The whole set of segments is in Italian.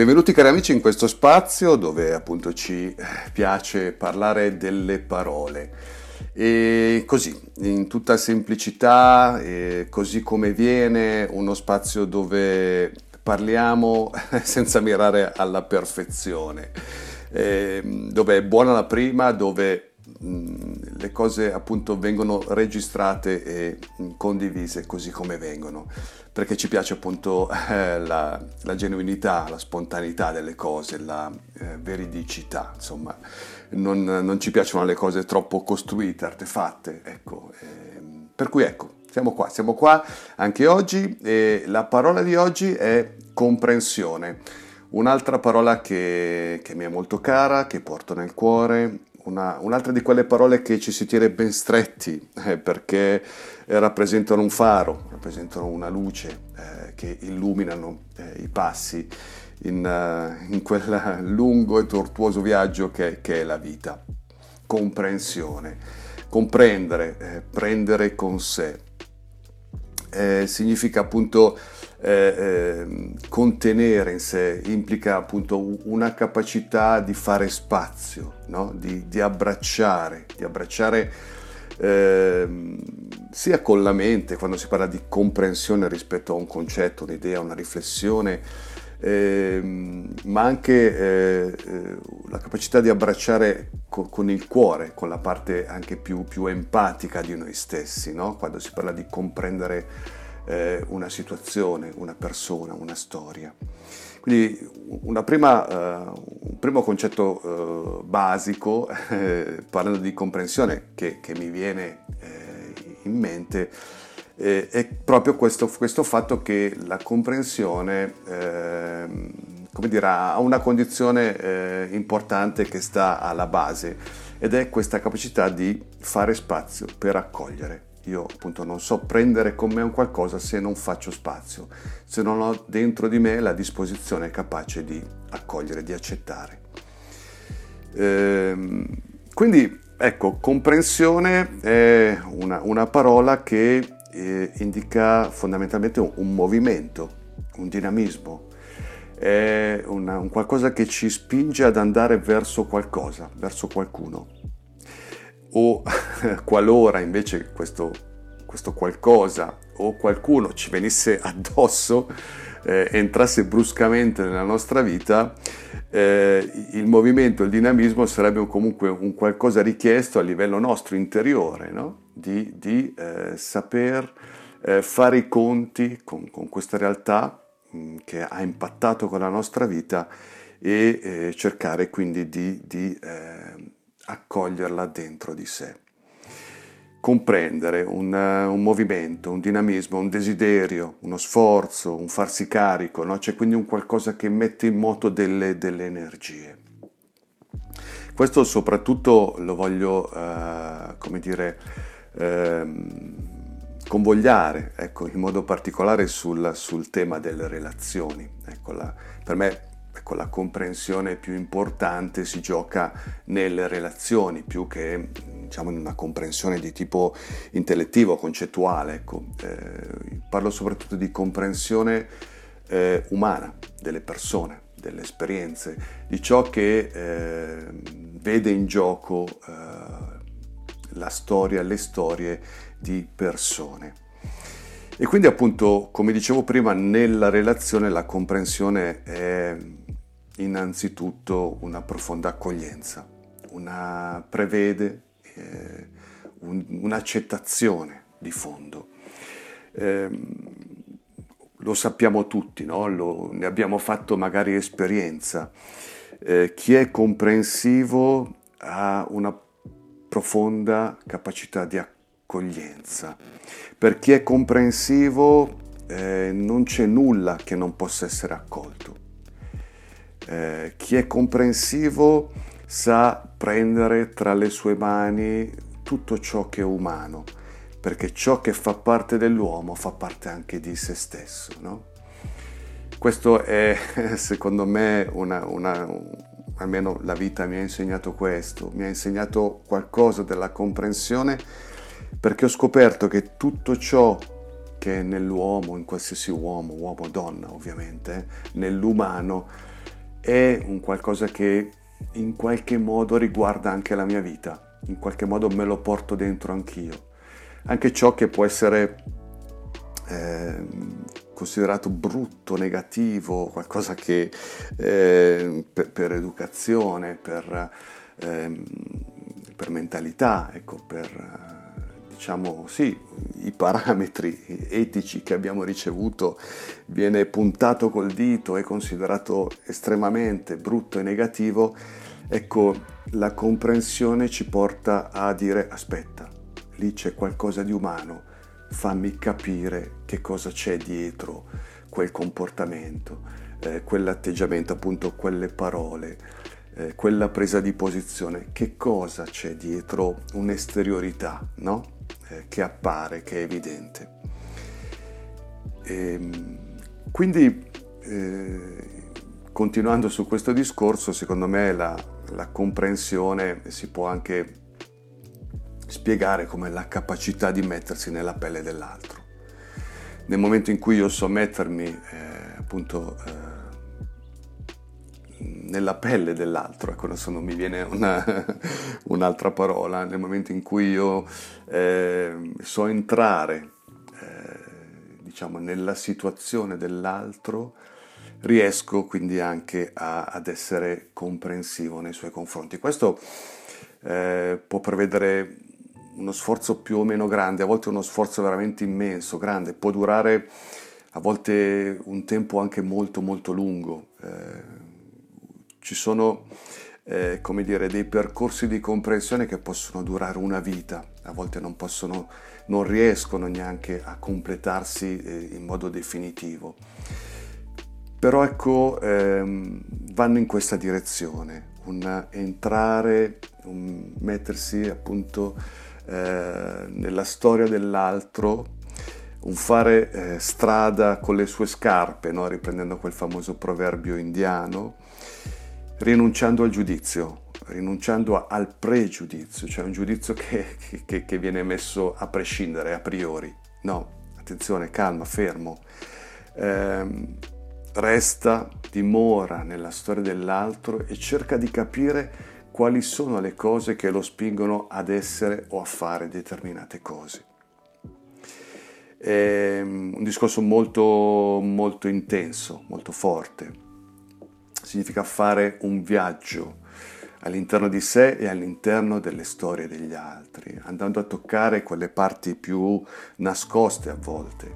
Benvenuti cari amici in questo spazio dove appunto ci piace parlare delle parole e così, in tutta semplicità, così come viene, uno spazio dove parliamo senza mirare alla perfezione, dove è buona la prima, dove le cose appunto vengono registrate e condivise così come vengono, perché ci piace appunto la genuinità, la spontaneità delle cose, la veridicità, insomma, non ci piacciono le cose troppo costruite, artefatte, ecco, per cui ecco, siamo qua anche oggi e la parola di oggi è comprensione, un'altra parola che mi è molto cara, che porto nel cuore. Un'altra di quelle parole che ci si tiene ben stretti perché rappresentano un faro, rappresentano una luce che illuminano i passi in quel lungo e tortuoso viaggio che è la vita. Comprensione, comprendere, prendere con sé. Significa appunto contenere in sé, implica appunto una capacità di fare spazio, no? di abbracciare sia con la mente, quando si parla di comprensione rispetto a un concetto, un'idea, una riflessione, ma anche la capacità di abbracciare con il cuore, con la parte anche più empatica di noi stessi, no? Quando si parla di comprendere una situazione, una persona, una storia. Quindi un primo concetto basico, parlando di comprensione, che mi viene in mente, è proprio questo fatto che la comprensione come dire, ha una condizione importante che sta alla base, ed è questa capacità di fare spazio per accogliere. Io appunto non so prendere con me un qualcosa se non faccio spazio, se non ho dentro di me la disposizione capace di accogliere, di accettare. Quindi ecco, comprensione è una parola che indica fondamentalmente un movimento, un dinamismo, è un qualcosa che ci spinge ad andare verso qualcosa, verso qualcuno. O qualora invece questo qualcosa o qualcuno ci venisse addosso, entrasse bruscamente nella nostra vita, il movimento, il dinamismo sarebbe comunque un qualcosa richiesto a livello nostro interiore, no? di saper fare i conti con questa realtà che ha impattato con la nostra vita e cercare quindi di accoglierla dentro di sé. Comprendere un movimento, un dinamismo, un desiderio, uno sforzo, un farsi carico, no? C'è quindi un qualcosa che mette in moto delle energie. Questo soprattutto lo voglio, convogliare, ecco, in modo particolare sul tema delle relazioni. Ecco, per me la comprensione più importante si gioca nelle relazioni, più che diciamo in una comprensione di tipo intellettivo, concettuale. Ecco. Parlo soprattutto di comprensione umana delle persone, delle esperienze, di ciò che vede in gioco la storia, le storie di persone. E quindi appunto, come dicevo prima, nella relazione la comprensione è innanzitutto una profonda accoglienza, prevede un'accettazione di fondo. Lo sappiamo tutti, no? Ne abbiamo fatto magari esperienza. Chi è comprensivo ha una profonda capacità di accoglienza. Per chi è comprensivo non c'è nulla che non possa essere accolto. Chi è comprensivo sa prendere tra le sue mani tutto ciò che è umano, perché ciò che fa parte dell'uomo fa parte anche di se stesso, no? Questo è, secondo me, almeno la vita mi ha insegnato questo, mi ha insegnato qualcosa della comprensione, perché ho scoperto che tutto ciò che è nell'uomo, in qualsiasi uomo, donna ovviamente, nell'umano, è un qualcosa che in qualche modo riguarda anche la mia vita, in qualche modo me lo porto dentro anch'io. Anche ciò che può essere considerato brutto, negativo, qualcosa che per educazione, per mentalità, ecco, diciamo sì, i parametri etici che abbiamo ricevuto, viene puntato col dito e considerato estremamente brutto e negativo. Ecco, la comprensione ci porta a dire: aspetta, lì c'è qualcosa di umano, fammi capire che cosa c'è dietro quel comportamento, quell'atteggiamento, appunto quelle parole, quella presa di posizione, che cosa c'è dietro un'esteriorità, no? Che appare, che è evidente. Quindi, continuando su questo discorso, secondo me la comprensione si può anche spiegare come la capacità di mettersi nella pelle dell'altro. Nel momento in cui io so mettermi nella pelle dell'altro, ecco, adesso non mi viene un'altra parola, nel momento in cui io so entrare diciamo nella situazione dell'altro, riesco quindi anche ad essere comprensivo nei suoi confronti. Questo può prevedere uno sforzo più o meno grande, a volte uno sforzo veramente immenso, grande, può durare a volte un tempo anche molto molto lungo. Ci sono come dire, dei percorsi di comprensione che possono durare una vita, a volte non riescono neanche a completarsi in modo definitivo. Però ecco, vanno in questa direzione, un entrare, un mettersi appunto nella storia dell'altro, un fare strada con le sue scarpe, no? Riprendendo quel famoso proverbio indiano, rinunciando al giudizio, rinunciando al pregiudizio, cioè un giudizio che viene messo a prescindere, a priori. No, attenzione, calma, fermo. Resta, dimora nella storia dell'altro e cerca di capire quali sono le cose che lo spingono ad essere o a fare determinate cose. È un discorso molto, molto intenso, molto forte. Significa fare un viaggio all'interno di sé e all'interno delle storie degli altri, andando a toccare quelle parti più nascoste a volte.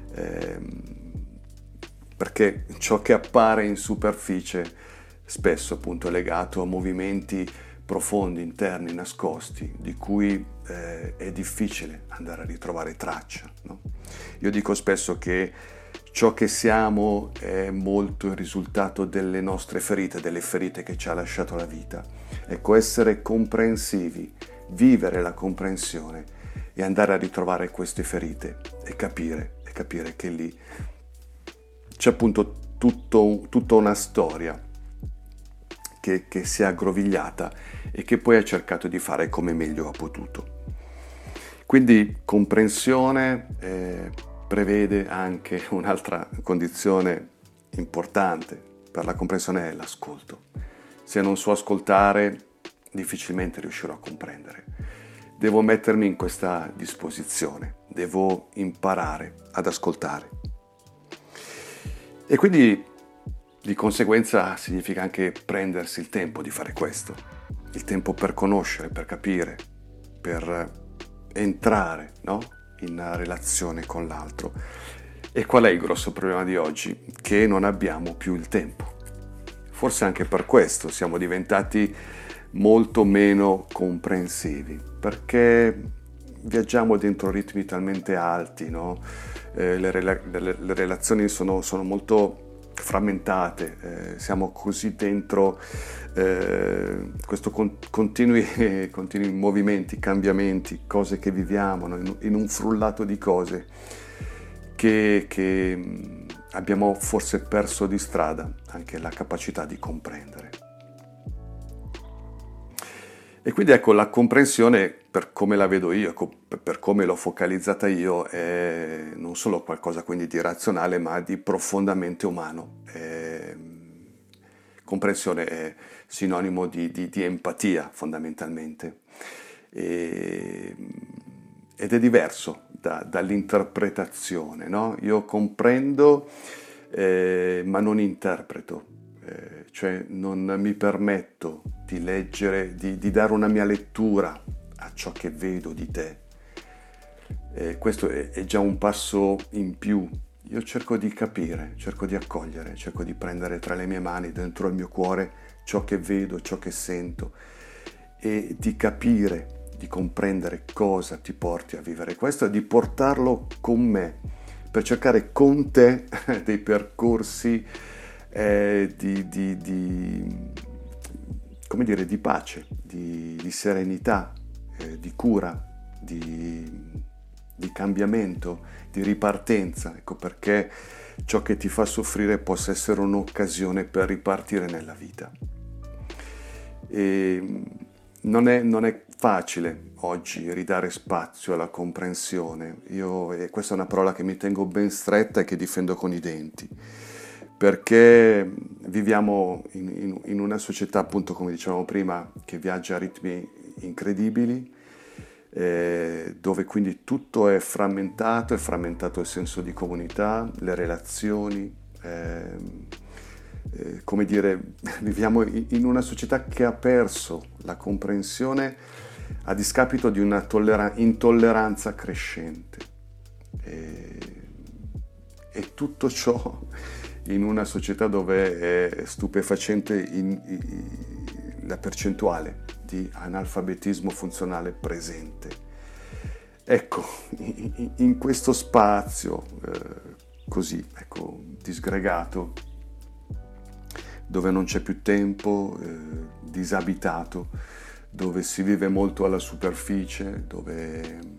Perché ciò che appare in superficie spesso appunto è legato a movimenti profondi, interni, nascosti, di cui è difficile andare a ritrovare traccia, no? Io dico spesso che ciò che siamo è molto il risultato delle nostre ferite, delle ferite che ci ha lasciato la vita. Ecco, essere comprensivi, vivere la comprensione e andare a ritrovare queste ferite e capire che lì c'è appunto tutta una storia che si è aggrovigliata e che poi ha cercato di fare come meglio ha potuto. Quindi comprensione prevede anche un'altra condizione importante per la comprensione, è l'ascolto. Se non so ascoltare, difficilmente riuscirò a comprendere. Devo mettermi in questa disposizione, devo imparare ad ascoltare. E quindi di conseguenza significa anche prendersi il tempo di fare questo, il tempo per conoscere, per capire, per entrare, no? In relazione con l'altro. E qual è il grosso problema di oggi? Che non abbiamo più il tempo. Forse anche per questo siamo diventati molto meno comprensivi, perché viaggiamo dentro ritmi talmente alti, no? Le relazioni sono molto frammentate, siamo così dentro questo continui movimenti, cambiamenti, cose che viviamo, no? in un frullato di cose che abbiamo forse perso di strada anche la capacità di comprendere. E quindi ecco, la comprensione, per come la vedo io, per come l'ho focalizzata io, è non solo qualcosa quindi di razionale, ma di profondamente umano. comprensione è sinonimo di empatia fondamentalmente. Ed è diverso dall'interpretazione, no? Io comprendo, ma non interpreto, cioè non mi permetto di leggere, di dare una mia lettura a ciò che vedo di te. Questo è già un passo in più. Io cerco di capire, cerco di accogliere, cerco di prendere tra le mie mani, dentro il mio cuore, ciò che vedo, ciò che sento e di capire, di comprendere cosa ti porti a vivere questo e di portarlo con me per cercare con te dei percorsi come dire, di pace, di serenità, di cura, di cambiamento, di ripartenza, ecco perché ciò che ti fa soffrire possa essere un'occasione per ripartire nella vita. E non è facile oggi ridare spazio alla comprensione. E questa è una parola che mi tengo ben stretta e che difendo con i denti, perché viviamo in una società, appunto come dicevamo prima, che viaggia a ritmi incredibili, dove quindi tutto è frammentato il senso di comunità, le relazioni, come dire, viviamo in una società che ha perso la comprensione a discapito di una intolleranza crescente. E tutto ciò in una società dove è stupefacente la percentuale di analfabetismo funzionale presente. Ecco, in questo spazio così, ecco, disgregato, dove non c'è più tempo, disabitato, dove si vive molto alla superficie, dove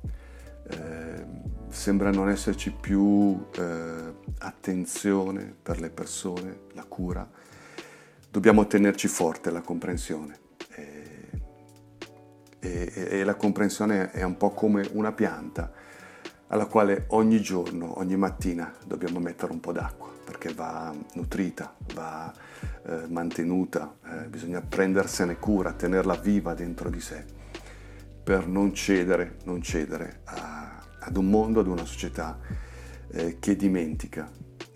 sembra non esserci più attenzione per le persone, la cura, dobbiamo tenerci forte la comprensione. E la comprensione è un po' come una pianta alla quale ogni giorno, ogni mattina dobbiamo mettere un po' d'acqua, perché va nutrita, va mantenuta, bisogna prendersene cura, tenerla viva dentro di sé, per non cedere ad un mondo, ad una società che dimentica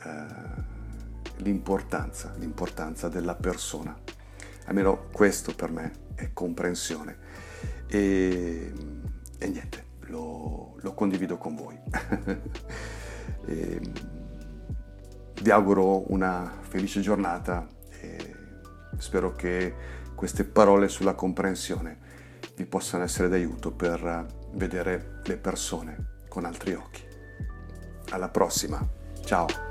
l'importanza della persona. Almeno questo per me è comprensione e niente, lo condivido con voi. Vi auguro una felice giornata e spero che queste parole sulla comprensione vi possano essere d'aiuto per vedere le persone con altri occhi. Alla prossima, ciao!